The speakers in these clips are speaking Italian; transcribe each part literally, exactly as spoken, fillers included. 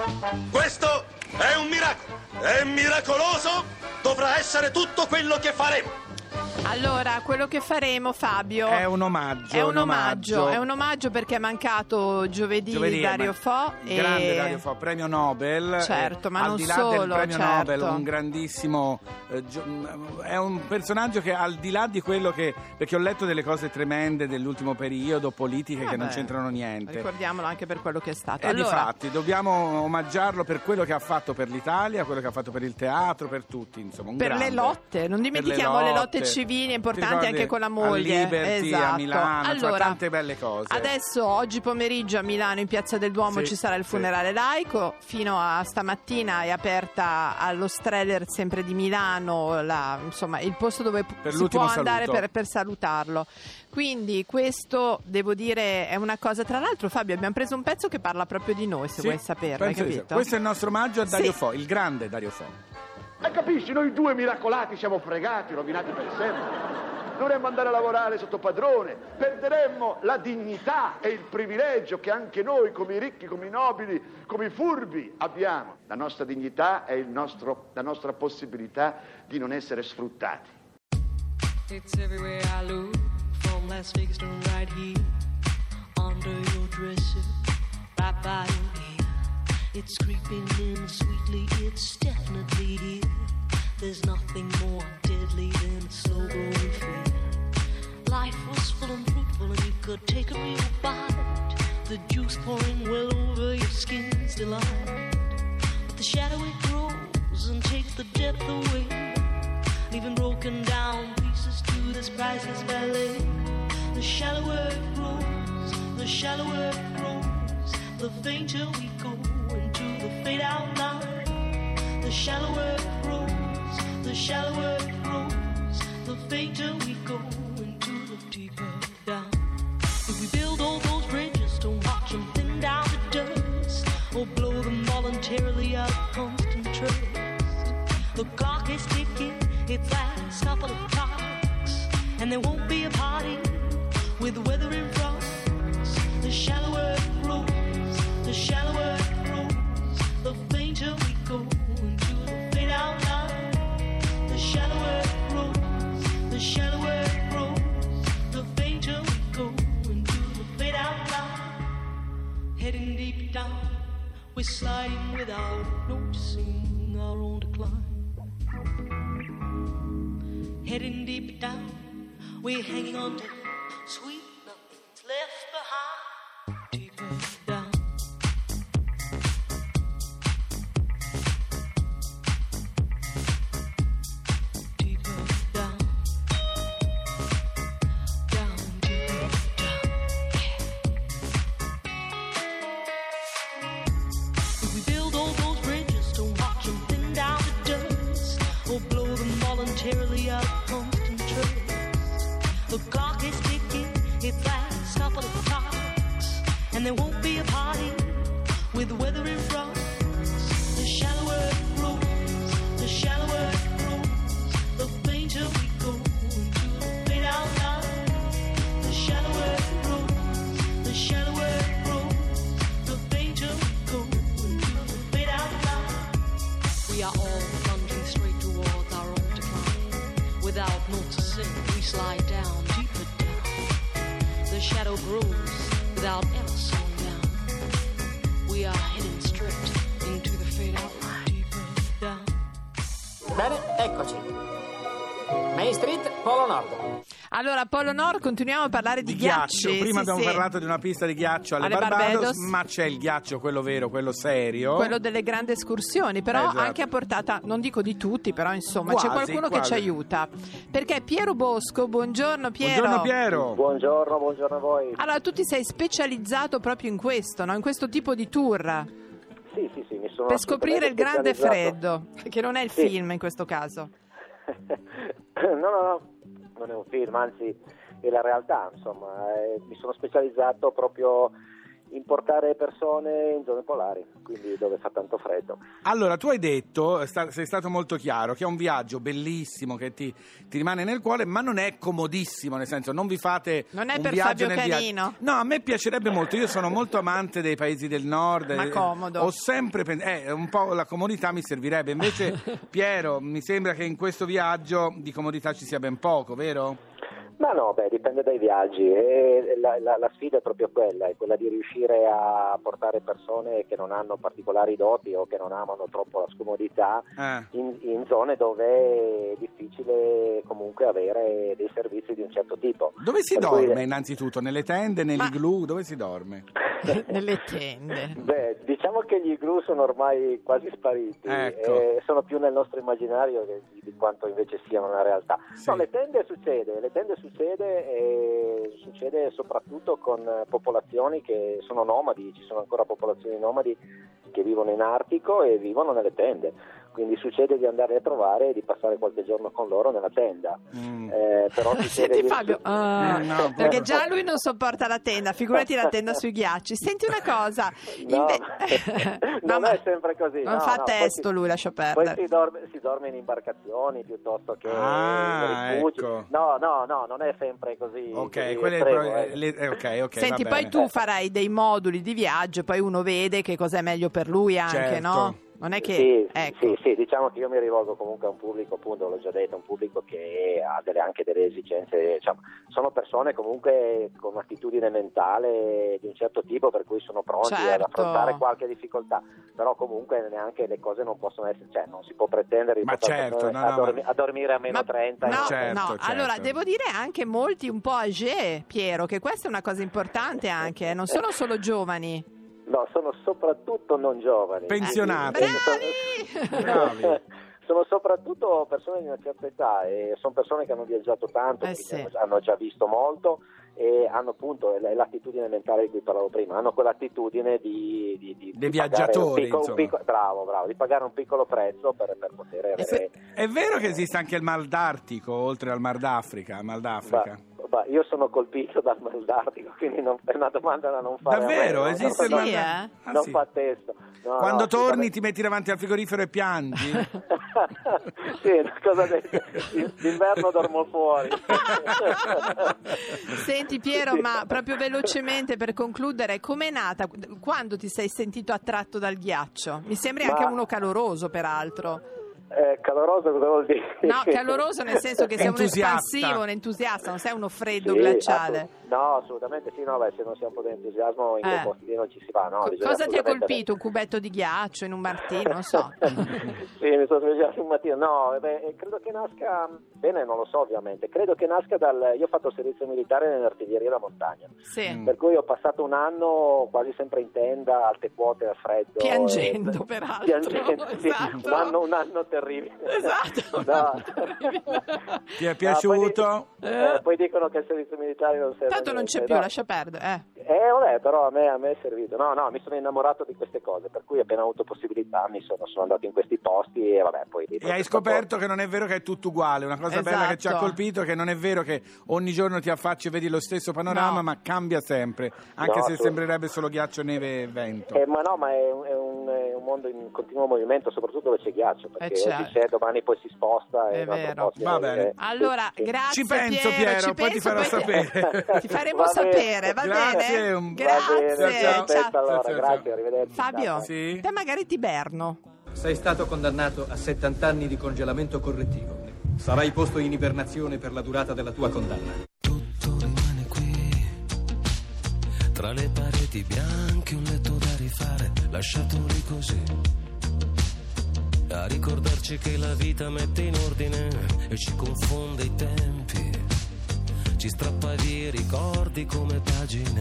Questo è un miracolo. È miracoloso. Dovrà essere tutto quello che faremo. Allora, quello che faremo, Fabio, è un omaggio. È un, un omaggio, omaggio. È un omaggio perché è mancato giovedì, giovedì Dario ma... Fo. E... Grande Dario Fo, premio Nobel. Certo, ma al non di là solo, del premio certo. Nobel, un grandissimo... Eh, gio... È un personaggio che al di là di quello che... Perché ho letto delle cose tremende dell'ultimo periodo, politiche Vabbè, che non c'entrano niente. Ricordiamolo anche per quello che è stato. E allora... difatti dobbiamo omaggiarlo per quello che ha fatto per l'Italia, quello che ha fatto per il teatro, per tutti, insomma, un per grande. le lotte, non dimentichiamo le lotte, le lotte civili importanti anche con la moglie. A Liberty, esatto. a Milano, allora, fa tante belle cose. Adesso, oggi pomeriggio a Milano in Piazza del Duomo sì, ci sarà il funerale sì. laico. Fino a stamattina è aperta allo Streller sempre di Milano, la, insomma, il posto dove per si può andare saluto. per, per salutarlo. Quindi questo, devo dire, è una cosa. Tra l'altro, Fabio, abbiamo preso un pezzo che parla proprio di noi, se sì, vuoi saperlo, hai capito? Questo è il nostro omaggio a Dario sì. Fo, il grande Dario Fo. E capisci, noi due miracolati siamo fregati, rovinati per sempre. Dovremmo andare a lavorare sotto padrone, perderemmo la dignità e il privilegio che anche noi, come i ricchi, come i nobili, come i furbi, abbiamo. La nostra dignità è il nostro, la nostra possibilità di non essere sfruttati. It's everywhere I look, from Las Vegas to right here, under your dresser, right by your ear. It's creeping in sweetly, it's definitely here. There's nothing more deadly than a slow-growing fear. Life was full and fruitful and you could take a real bite. The juice pouring well over your skin's delight. But the shadow it grows and takes the depth away, leaving broken down pieces to this priceless ballet. The shallower it grows, the shallower it grows, the fainter we go into the fade-out line. The shallower it grows, the shallower it grows, the fainter we go into the deeper down. If we build all those bridges, don't watch them thin down to dust, or blow them voluntarily out of constant trust. The clock is ticking, its last couple of clocks, and there won't be a party with the weather in front. The shallower it grows, the shallower it grows, the fainter we go into the fade-out line. The shallower it grows, the shallower it grows, the fainter we go into the fade-out line. Heading deep down, we're sliding without noticing our own decline. Heading deep down, we're hanging on to sweet nothing's left behind. Deeper down. Deeper down. Down, deeper down. If we build all those bridges, don't watch them thin down to dust, or blow them voluntarily out of constant trust. The clock is ticking, its last couple of clocks, and there won't be a party with the weather in front. The shallower it grows, the shallower it grows, the fainter we go into the fade-out line. The shallower it grows, the shallower it grows, the fainter we go into the fade-out line. We are all plunging straight towards our own decline. Without noticing, we slide down, deeper down. The shadow grows without ever slowing down. We are heading straight into the fade-out line. Deeper down. Bene, eccoci. Main Street, Polo Nord. Allora, Polo Nord, continuiamo a parlare di, Di ghiacci. ghiaccio. Prima sì, abbiamo sì. parlato di una pista di ghiaccio alle, Alle Barbados, Barbados. ma c'è il ghiaccio, quello vero, quello serio. Quello delle grandi escursioni, però Esatto. anche a portata, non dico di tutti, però insomma Quasi, c'è qualcuno quasi. che ci aiuta. Perché Piero Bosco, buongiorno Piero. Buongiorno Piero. Buongiorno, buongiorno a voi. Allora, tu ti sei specializzato proprio in questo, no? In questo tipo di tour, Sì, sì, sì, mi sono per scoprire il grande specializzato. freddo, che non è il Sì. film in questo caso. No, no, no, non è un film, anzi è la realtà, insomma. Eh, mi sono specializzato proprio importare persone in zone polari, quindi dove fa tanto freddo. Allora, tu hai detto, sta- sei stato molto chiaro, che è un viaggio bellissimo che ti, ti rimane nel cuore, ma non è comodissimo, nel senso non vi fate Non è un per viaggio Fabio nel Canino. viaggio. No, a me piacerebbe molto, io sono molto amante dei paesi del nord. Ma eh, comodo. Ho sempre pen- eh, un po' la comodità mi servirebbe, invece Piero, mi sembra che in questo viaggio di comodità ci sia ben poco, vero? Ma no, beh, dipende dai viaggi e la, la, la sfida è proprio quella, è quella di riuscire a portare persone che non hanno particolari doti o che non amano troppo la scomodità Eh. in, in zone dove è difficile comunque avere dei servizi di un certo tipo. Dove si Per cui- dorme innanzitutto? Nelle tende, negli Ma- igloo? Dove si dorme? Nelle tende. Beh, diciamo che gli igloo sono ormai quasi spariti, Ecco. e sono più nel nostro immaginario che- di quanto invece siano una realtà. Sì. No, le tende succede, le tende succede e succede soprattutto con popolazioni che sono nomadi, ci sono ancora popolazioni nomadi che vivono in Artico e vivono nelle tende. Quindi succede di andare a trovare e di passare qualche giorno con loro nella tenda. Mm. Eh, però succede Senti di- Fabio, ah, Mm, no. perché già lui non sopporta la tenda, figurati la tenda sui ghiacci. Senti una cosa, No, inve- non No, ma- è sempre così. non no, fa no, poi testo si- lui, lascia Poi perdere. si dorme, si dorme in imbarcazioni piuttosto che Ah, nei rifugi. ecco. No, no, no, non è sempre così. Ok, così quello è il estremo, pro- eh. le- eh, ok, ok. Senti, va poi bene. tu farai dei moduli di viaggio, poi uno vede che cos'è meglio per lui anche, Certo. no? Non è che... Sì, ecco. sì, sì, diciamo che io mi rivolgo comunque a un pubblico, appunto, l'ho già detto, un pubblico che ha delle, anche delle esigenze, diciamo, sono persone comunque con un'attitudine mentale di un certo tipo, per cui sono pronti ad Certo. affrontare qualche difficoltà, però comunque neanche le cose non possono essere, cioè non si può pretendere di Ma portare certo, persone no, a, no, dormi- ma- a dormire a meno Ma- trenta. no, in- certo, no. certo. Allora devo dire anche molti un po' âgé, Piero, che questa è una cosa importante anche, eh, non sono solo giovani. No, sono soprattutto non giovani. Pensionati. Bravi! Bravi. Sono soprattutto persone di una certa età e sono persone che hanno viaggiato tanto, Eh quindi sì. hanno, hanno già visto molto e hanno appunto è l'attitudine mentale di cui parlavo prima, hanno quell'attitudine di, di, di, Dei di pagare viaggiatori, un piccolo, un insomma. piccolo- bravo, bravo, di pagare un piccolo prezzo per, per poter E avere. se- è vero che esiste anche il Mar d'Artico, oltre al Mar d'Africa? Mar d'Africa. Bah, bah, io sono colpito dal Mar d'Artico, quindi non, è una domanda da non fare. a me, Davvero? no? Esiste il Sì, Mar eh? d'Africa? Ah, Non sì. fa testo. No, Quando no, torni assolutamente. ti metti davanti al frigorifero e piangi? Sì, cosa detto? D'inverno dormo fuori. Senti Piero, ma proprio velocemente per concludere, com'è nata? Quando ti sei sentito attratto dal ghiaccio? Mi sembri anche Ma- uno caloroso, peraltro. Eh, caloroso cosa vuol dire? No, caloroso nel senso che sei un Entusiasta. espansivo, un entusiasta, non sei uno freddo Sì, glaciale. assolut- no, assolutamente sì, no, beh, se non si ha un po' di entusiasmo in quei Eh. posti lì non ci si va, no? Co- bisogna Cosa ti ha assolutamente- colpito? Un cubetto di ghiaccio in un martino? Non so. Sì, mi sono svegliato un mattino. No, beh, credo che nasca, bene, non lo so ovviamente, credo che nasca dal, io ho fatto il servizio militare nell'artiglieria da montagna, Sì. Mm. per cui ho passato un anno quasi sempre in tenda, a alte quote, al freddo. Piangendo, e- peraltro. Piangendo, sì, Esatto. un, anno, un anno terribile. Esatto. No. Ti è No, piaciuto? poi, eh, poi dicono che il servizio militare non serve. Tanto a non niente, c'è più, no. lascia perdere. Eh. Eh, vabbè, però a me, a me è servito. No, no, mi sono innamorato di queste cose, per cui appena avuto possibilità mi sono, sono andato in questi posti e vabbè, poi... E hai scoperto che non è vero che è tutto uguale. Una cosa bella che ci ha Esatto. colpito è che non è vero che ogni giorno ti affacci e vedi lo stesso panorama, No. ma cambia sempre, anche No, se tu- sembrerebbe solo ghiaccio, neve e vento. Eh, ma no, ma è, un- è un, è un mondo in continuo movimento, soprattutto dove c'è ghiaccio, perché Eh, oggi certo. c'è, domani poi si sposta. È e un altro vero. posto, Va eh, bene. eh, Allora, sì, sì. grazie Ci penso, Piero, Piero, ci poi ti penso, farò poi sapere. Ti faremo Va bene. sapere, va Grazie, bene? un- Va bene, Grazie, ci aspetto, ciao. allora, Ciao, ciao, grazie, ciao. arrivederci. Fabio, ciao. Sì? te magari ti berno. Sei stato condannato a settanta anni di congelamento correttivo. Sarai posto in ibernazione per la durata della tua condanna. Tutto rimane qui, tra le pareti bianche, un letto da rifare, lasciato lì così, a ricordarci che la vita mette in ordine e ci confonde i tempi, ci strappa via i ricordi come pagine.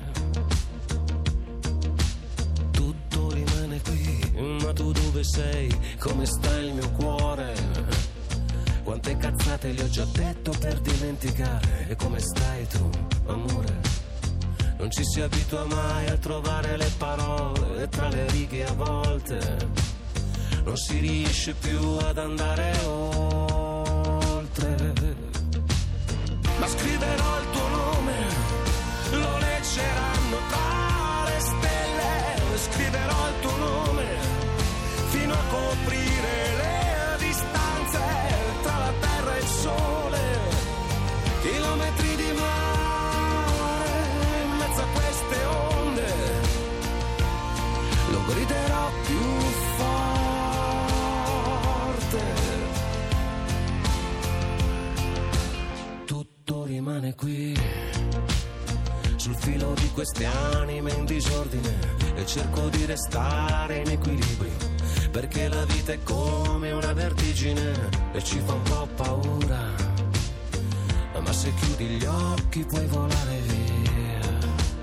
Tutto rimane qui, ma tu dove sei? Come sta il mio cuore? Quante cazzate le ho già detto per dimenticare. E come stai tu, amore? Non ci si abitua mai a trovare le parole tra le righe a volte. Non si riesce più ad andare oltre. Ma scriverò il tuo nome, lo leggeranno tra le più forte. Tutto rimane qui, sul filo di queste anime in disordine, e cerco di restare in equilibrio, perché la vita è come una vertigine e ci fa un po' paura. Ma se chiudi gli occhi puoi volare via,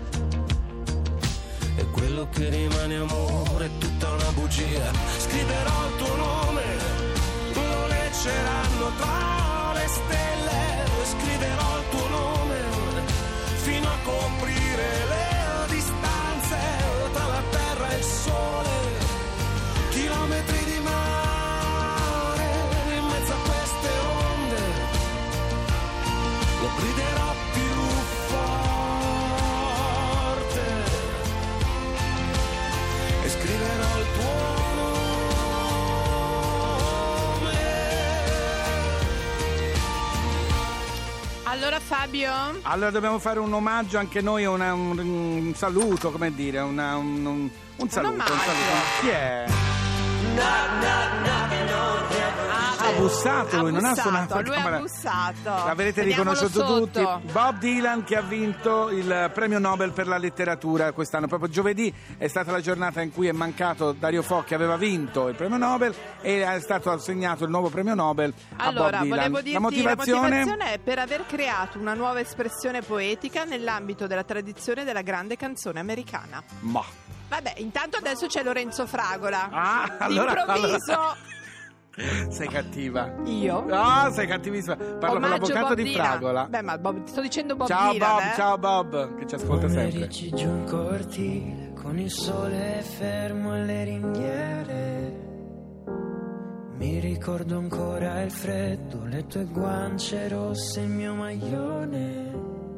e quello che rimane amore è tutta una bugia. Scriverò il tuo nome, lo leggeranno tra le stelle, scriverò il tuo nome fino a coprire le distanze tra la terra e il sole, chilometri di mare in mezzo a queste onde. Lo griderò più forte e scriverò il tuo nome. Allora Fabio? Allora dobbiamo fare un omaggio anche noi, una, un, un saluto, come dire, una, un, un, un saluto, un, un saluto. Chi è? Ha bussato lui, non ha suonato. Lui ha bussato. L'avrete riconosciuto tutti. Bob Dylan, che ha vinto il premio Nobel per la letteratura quest'anno. Proprio giovedì è stata la giornata in cui è mancato Dario Fo, che aveva vinto il premio Nobel, e è stato assegnato il nuovo premio Nobel allora, a Bob Dylan. Volevo dirti, la motivazione... la motivazione è per aver creato una nuova espressione poetica nell'ambito della tradizione della grande canzone americana. Ma vabbè, intanto adesso c'è Lorenzo Fragola. Ah, allora, D'improvviso allora... Sei cattiva. Io? No, sei cattivissima. Parlo Omaggio con l'avvocato Bob di Dylan. Fragola. Beh, ma Bob, ti sto dicendo Bob ciao Dylan, Bob, eh? ciao Bob, che ci ascolta sempre. Pomeriggi giù in cortile, con il sole fermo alle ringhiere. Mi ricordo ancora il freddo, le tue guance rosse, il mio maglione.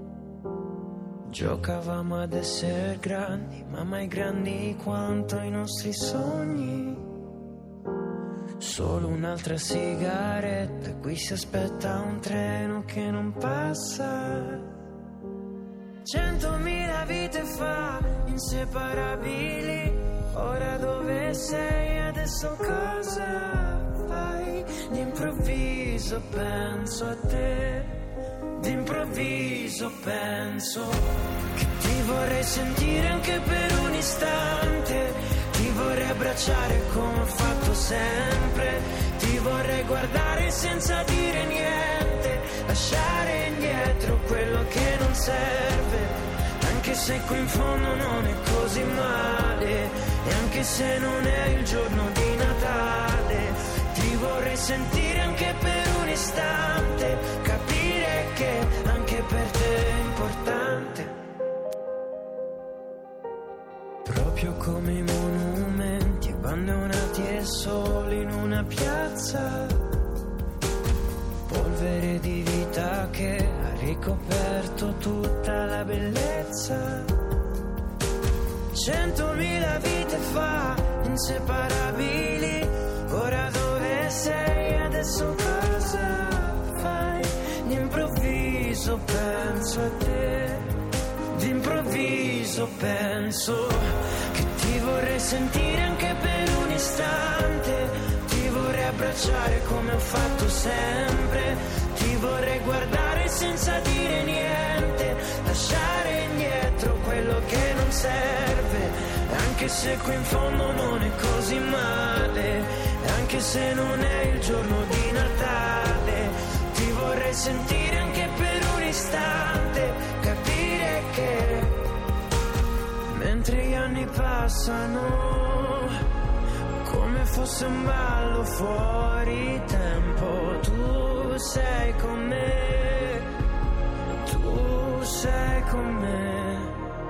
Giocavamo ad essere grandi, ma mai grandi quanto i nostri sogni. Solo un'altra sigaretta, qui si aspetta un treno che non passa. Centomila vite fa, inseparabili. Ora dove sei, adesso cosa fai? D'improvviso penso a te, d'improvviso penso che ti vorrei sentire anche per un istante. Ti vorrei abbracciare come ho fatto sempre. Ti vorrei guardare senza dire niente, lasciare indietro quello che non serve. Anche se qui in fondo non è così male, e anche se non è il giorno di Natale. Ti vorrei sentire anche per un istante, capire che anche per te è importante. Proprio come i monumenti abbandonati e soli in una piazza, polvere di vita che ha ricoperto tutta la bellezza. Centomila vite fa, inseparabili. Ora dove sei, adesso cosa fai? D'improvviso penso a te, d'improvviso penso che ti vorrei sentire anche per un istante. Ti vorrei abbracciare come ho fatto sempre. Ti vorrei guardare senza dire niente, lasciare indietro quello che non serve. E anche se qui in fondo non è così male, e anche se non è il giorno di Natale. Ti vorrei sentire anche per un istante, capire che mentre gli anni passano, come fosse un ballo fuori tempo, tu sei con me, tu sei con me.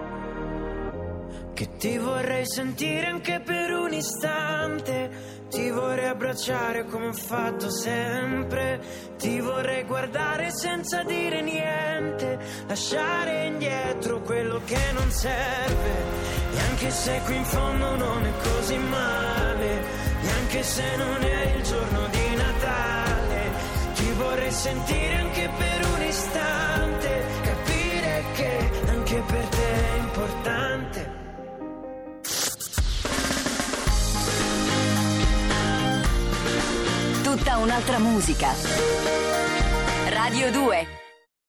Che ti vorrei sentire anche per un istante. Ti vorrei abbracciare come ho fatto sempre. Ti vorrei guardare senza dire niente, lasciare indietro quello che non serve. E anche se qui in fondo non è così male, e anche se non è il giorno di Natale. Ti vorrei sentire anche per un istante, capire che anche per te è importante. tutta un'altra musica. Radio due